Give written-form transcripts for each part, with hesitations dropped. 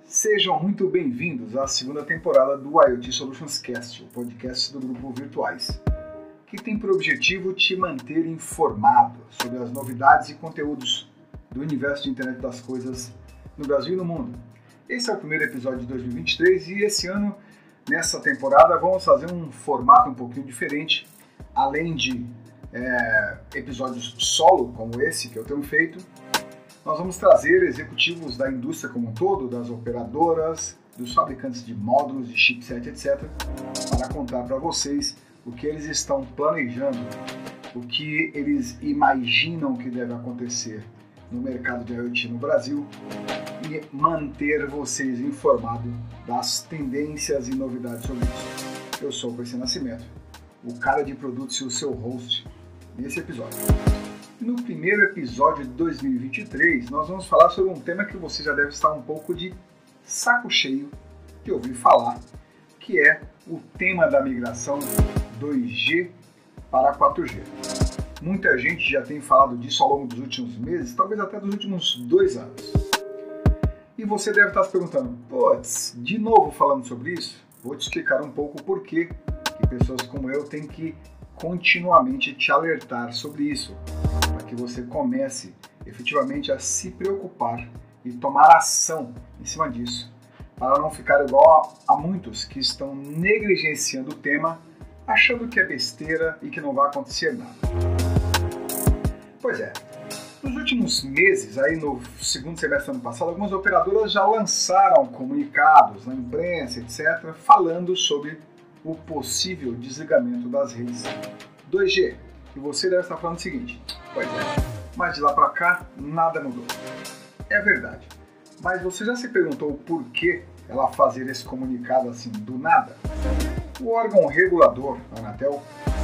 Sejam muito bem-vindos à segunda temporada do IoT Solutions Cast, o podcast do Grupo Virtuais, que tem por objetivo te manter informado sobre as novidades e conteúdos do universo de Internet das Coisas no Brasil e no mundo. Esse é o primeiro episódio de 2023 e esse ano, nessa temporada, vamos fazer um formato um pouquinho diferente, além de episódios solo, como esse que eu tenho feito. Nós vamos trazer executivos da indústria como um todo, das operadoras, dos fabricantes de módulos, de chipset, etc., para contar para vocês o que eles estão planejando, o que eles imaginam que deve acontecer no mercado de IoT no Brasil e manter vocês informados das tendências e novidades sobre isso. Eu sou o Percy Nascimento, o cara de produtos e o seu host nesse episódio. No primeiro episódio de 2023, nós vamos falar sobre um tema que você já deve estar um pouco de saco cheio de ouvir falar, que é o tema da migração 2G para 4G. Muita gente já tem falado disso ao longo dos últimos meses, talvez até dos últimos 2 anos. E você deve estar se perguntando, putz, de novo falando sobre isso? Vou te explicar um pouco o porquê que pessoas como eu têm que continuamente te alertar sobre isso, para que você comece efetivamente a se preocupar e tomar ação em cima disso, para não ficar igual a muitos que estão negligenciando o tema, achando que é besteira e que não vai acontecer nada. Pois é, nos últimos meses, aí no segundo semestre do ano passado, algumas operadoras já lançaram comunicados na imprensa, etc., falando sobre o possível desligamento das redes 2G. E você deve estar falando o seguinte, pois é, mas de lá para cá nada mudou. É verdade, mas você já se perguntou por que ela fazer esse comunicado assim do nada? O órgão regulador, a Anatel,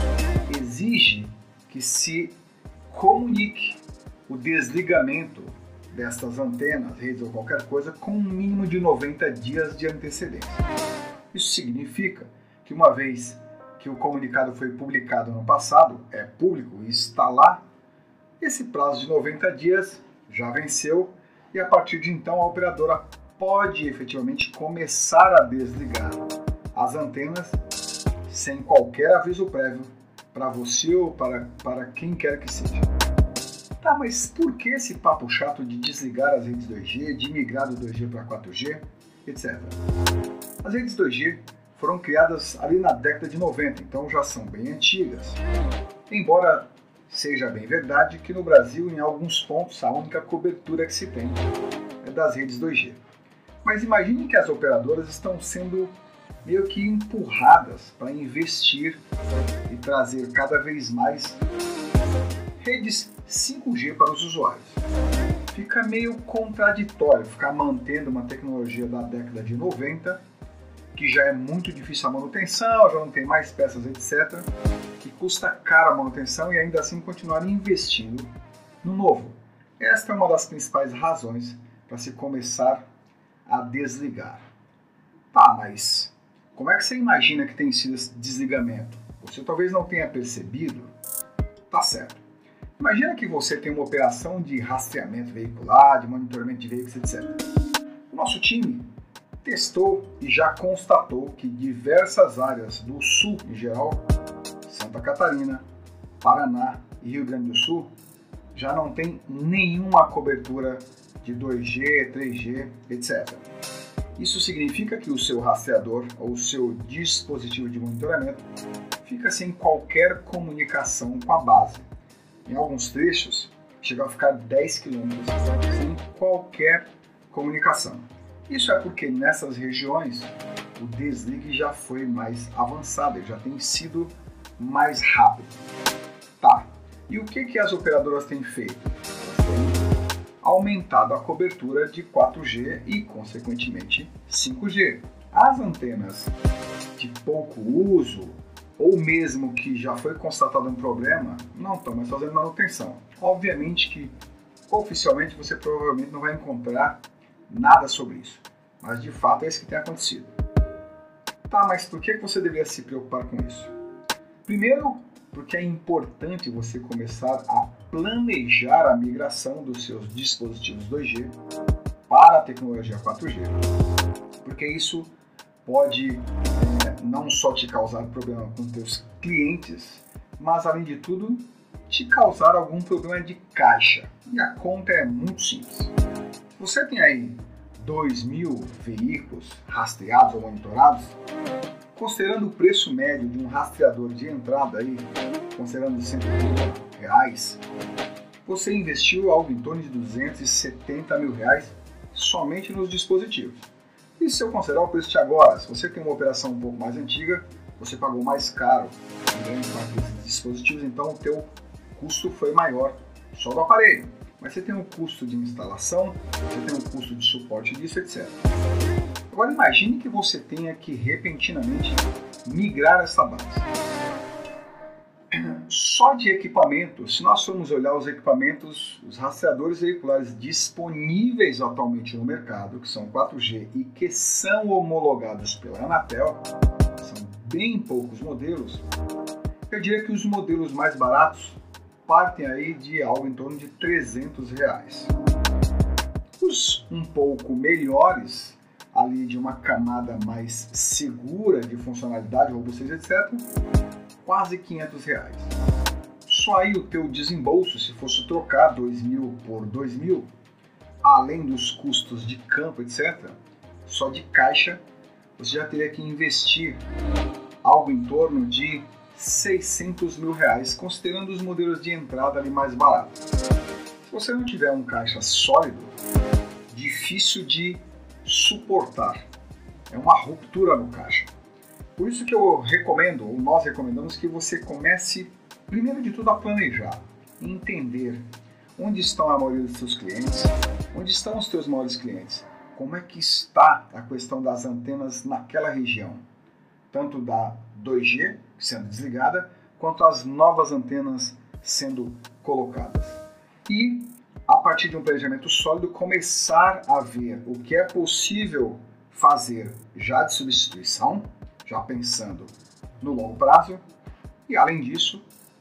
exige que se comunique o desligamento destas antenas, redes ou qualquer coisa com um mínimo de 90 dias de antecedência. Isso significa que uma vez que o comunicado foi publicado no passado, é público e está lá, esse prazo de 90 dias já venceu e a partir de então a operadora pode efetivamente começar a desligar as antenas sem qualquer aviso prévio para você ou para quem quer que seja. Tá, mas por que esse papo chato de desligar as redes 2G, de migrar do 2G para 4G, etc? As redes 2G foram criadas ali na década de 90, então já são bem antigas. Embora seja bem verdade que no Brasil, em alguns pontos, a única cobertura que se tem é das redes 2G. Mas imagine que as operadoras estão sendo meio que empurradas para investir e trazer cada vez mais redes 5G para os usuários. Fica meio contraditório ficar mantendo uma tecnologia da década de 90, que já é muito difícil a manutenção, já não tem mais peças, etc., que custa cara a manutenção e ainda assim continuar investindo no novo. Esta é uma das principais razões para se começar a desligar. Tá, mas como é que você imagina que tem sido esse desligamento? Você talvez não tenha percebido? Tá certo. Imagina que você tem uma operação de rastreamento veicular, de monitoramento de veículos, etc. O nosso time testou e já constatou que diversas áreas do Sul, em geral, Santa Catarina, Paraná e Rio Grande do Sul, já não tem nenhuma cobertura de 2G, 3G, etc. Isso significa que o seu rastreador ou o seu dispositivo de monitoramento fica sem qualquer comunicação com a base. Em alguns trechos, chega a ficar 10 km sem qualquer comunicação. Isso é porque nessas regiões o desligue já foi mais avançado, já tem sido mais rápido. Tá, e o que as operadoras têm feito? Elas têm aumentado a cobertura de 4G e, consequentemente, 5G. As antenas de pouco uso, ou mesmo que já foi constatado um problema, não estão mais fazendo manutenção. Obviamente que, oficialmente, você provavelmente não vai encontrar nada sobre isso, mas de fato é isso que tem acontecido. Tá, mas por que você deveria se preocupar com isso? Primeiro, porque é importante você começar a planejar a migração dos seus dispositivos 2G para a tecnologia 4G, porque isso pode não só te causar problema com teus clientes, mas além de tudo te causar algum problema de caixa. E a conta é muito simples. Você tem aí 2.000 veículos rastreados ou monitorados, considerando o preço médio de um rastreador de entrada aí, considerando R$130, você investiu algo em torno de R$270 mil somente nos dispositivos. E se eu considerar o preço de agora, se você tem uma operação um pouco mais antiga, você pagou mais caro em grande parte desses dispositivos, então o teu custo foi maior só do aparelho. Mas você tem um custo de instalação, você tem um custo de suporte disso, etc. Agora imagine que você tenha que repentinamente migrar essa base. Só de equipamentos, se nós formos olhar os equipamentos, os rastreadores veiculares disponíveis atualmente no mercado, que são 4G e que são homologados pela Anatel, são bem poucos modelos, eu diria que os modelos mais baratos partem aí de algo em torno de R$300. Os um pouco melhores, ali de uma camada mais segura de funcionalidade, robustez, etc., quase R$500. Só aí o teu desembolso, se fosse trocar 2.000 por 2.000, além dos custos de campo, etc., só de caixa, você já teria que investir algo em torno de R$600 mil, considerando os modelos de entrada ali mais baratos. Se você não tiver um caixa sólido, difícil de suportar. É uma ruptura no caixa. Por isso que eu recomendo, ou nós recomendamos, que você comece, primeiro de tudo, a planejar, entender onde estão a maioria dos seus clientes, onde estão os teus maiores clientes, como é que está a questão das antenas naquela região, tanto da 2G sendo desligada, quanto as novas antenas sendo colocadas. E, a partir de um planejamento sólido, começar a ver o que é possível fazer já de substituição, já pensando no longo prazo, e além disso,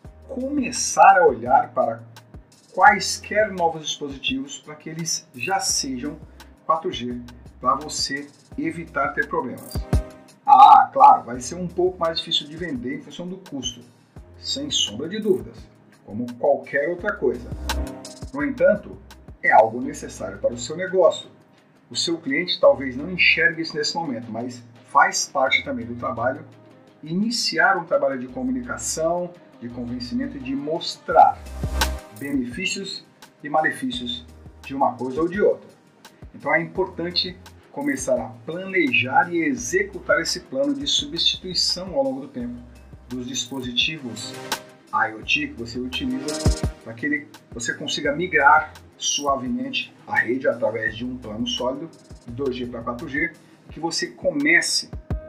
começar a olhar para quaisquer novos dispositivos para que eles já sejam 4G, para você evitar ter problemas. Ah, claro, vai ser um pouco mais difícil de vender em função do custo, sem sombra de dúvidas, como qualquer outra coisa. No entanto, é algo necessário para o seu negócio. O seu cliente talvez não enxergue isso nesse momento, mas faz parte também do trabalho iniciar um trabalho de comunicação, de convencimento e de mostrar benefícios e malefícios de uma coisa ou de outra. Então é importante começar a planejar e executar esse plano de substituição ao longo do tempo dos dispositivos IoT que você utiliza para que você consiga migrar suavemente a rede através de um plano sólido de 2G para 4G, que você comece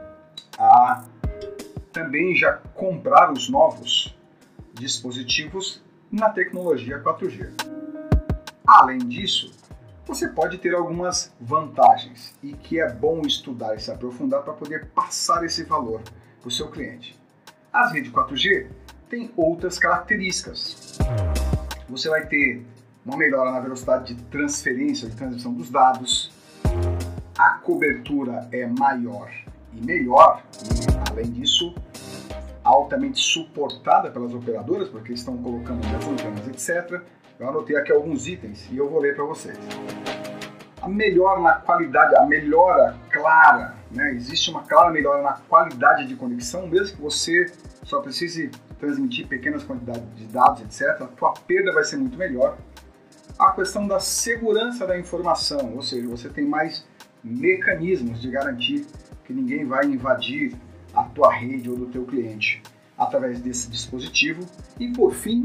a também já comprar os novos dispositivos na tecnologia 4G. Além disso, você pode ter algumas vantagens e que é bom estudar e se aprofundar para poder passar esse valor para o seu cliente. As redes 4G têm outras características. Você vai ter uma melhora na velocidade de transferência, de transmissão dos dados, a cobertura é maior e melhor, e além disso, altamente suportada pelas operadoras, porque estão colocando as antenas, etc. Eu anotei aqui alguns itens e eu vou ler para vocês. A melhora na qualidade, a melhora clara, né? Existe uma clara melhora na qualidade de conexão, mesmo que você só precise transmitir pequenas quantidades de dados, etc. A tua perda vai ser muito melhor. A questão da segurança da informação, ou seja, você tem mais mecanismos de garantir que ninguém vai invadir a tua rede ou do teu cliente através desse dispositivo. E por fim,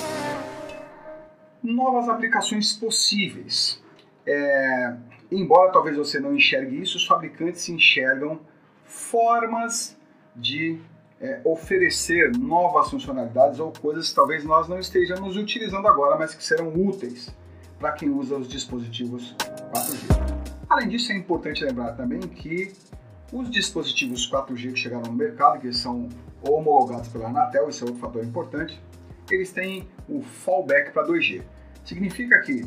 novas aplicações possíveis. Embora talvez você não enxergue isso, os fabricantes enxergam formas de oferecer novas funcionalidades ou coisas que talvez nós não estejamos utilizando agora, mas que serão úteis para quem usa os dispositivos 4G. Além disso, é importante lembrar também que os dispositivos 4G que chegaram no mercado, que são homologados pela Anatel, esse é outro fator importante, eles têm o fallback para 2G. Significa que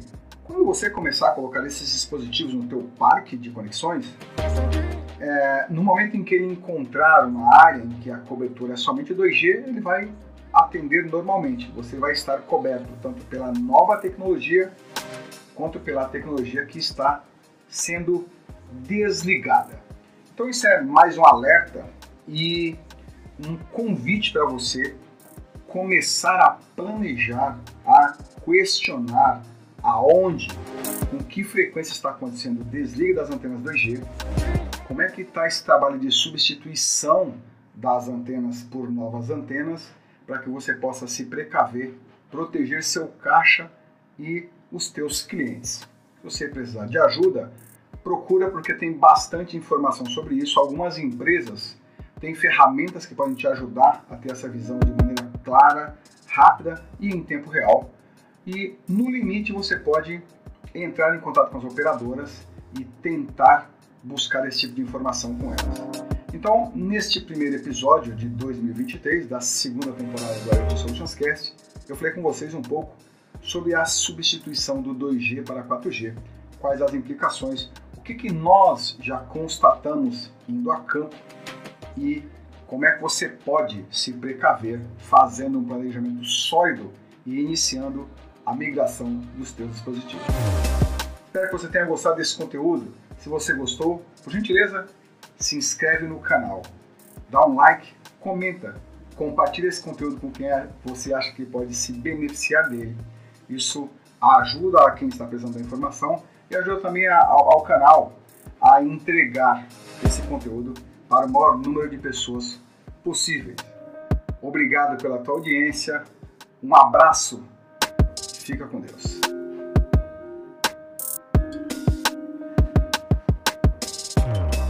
Quando você começar a colocar esses dispositivos no teu parque de conexões, no momento em que ele encontrar uma área em que a cobertura é somente 2G, ele vai atender normalmente. Você vai estar coberto tanto pela nova tecnologia quanto pela tecnologia que está sendo desligada. Então isso é mais um alerta e um convite para você começar a planejar, a questionar aonde, com que frequência está acontecendo o desligue das antenas 2G, como é que está esse trabalho de substituição das antenas por novas antenas, para que você possa se precaver, proteger seu caixa e os teus clientes. Se você precisar de ajuda, procura, porque tem bastante informação sobre isso. Algumas empresas têm ferramentas que podem te ajudar a ter essa visão de maneira clara, rápida e em tempo real. E no limite você pode entrar em contato com as operadoras e tentar buscar esse tipo de informação com elas. Então, neste primeiro episódio de 2023, da segunda temporada do IoT Solutions Cast, eu falei com vocês um pouco sobre a substituição do 2G para 4G, quais as implicações, o que nós já constatamos indo a campo e como é que você pode se precaver fazendo um planejamento sólido e iniciando a migração dos seus dispositivos. Espero que você tenha gostado desse conteúdo. Se você gostou, por gentileza, se inscreve no canal, dá um like, comenta, compartilha esse conteúdo com quem você acha que pode se beneficiar dele. Isso ajuda a quem está precisando da informação e ajuda também ao canal a entregar esse conteúdo para o maior número de pessoas possíveis. Obrigado pela tua audiência, um abraço, fica com Deus.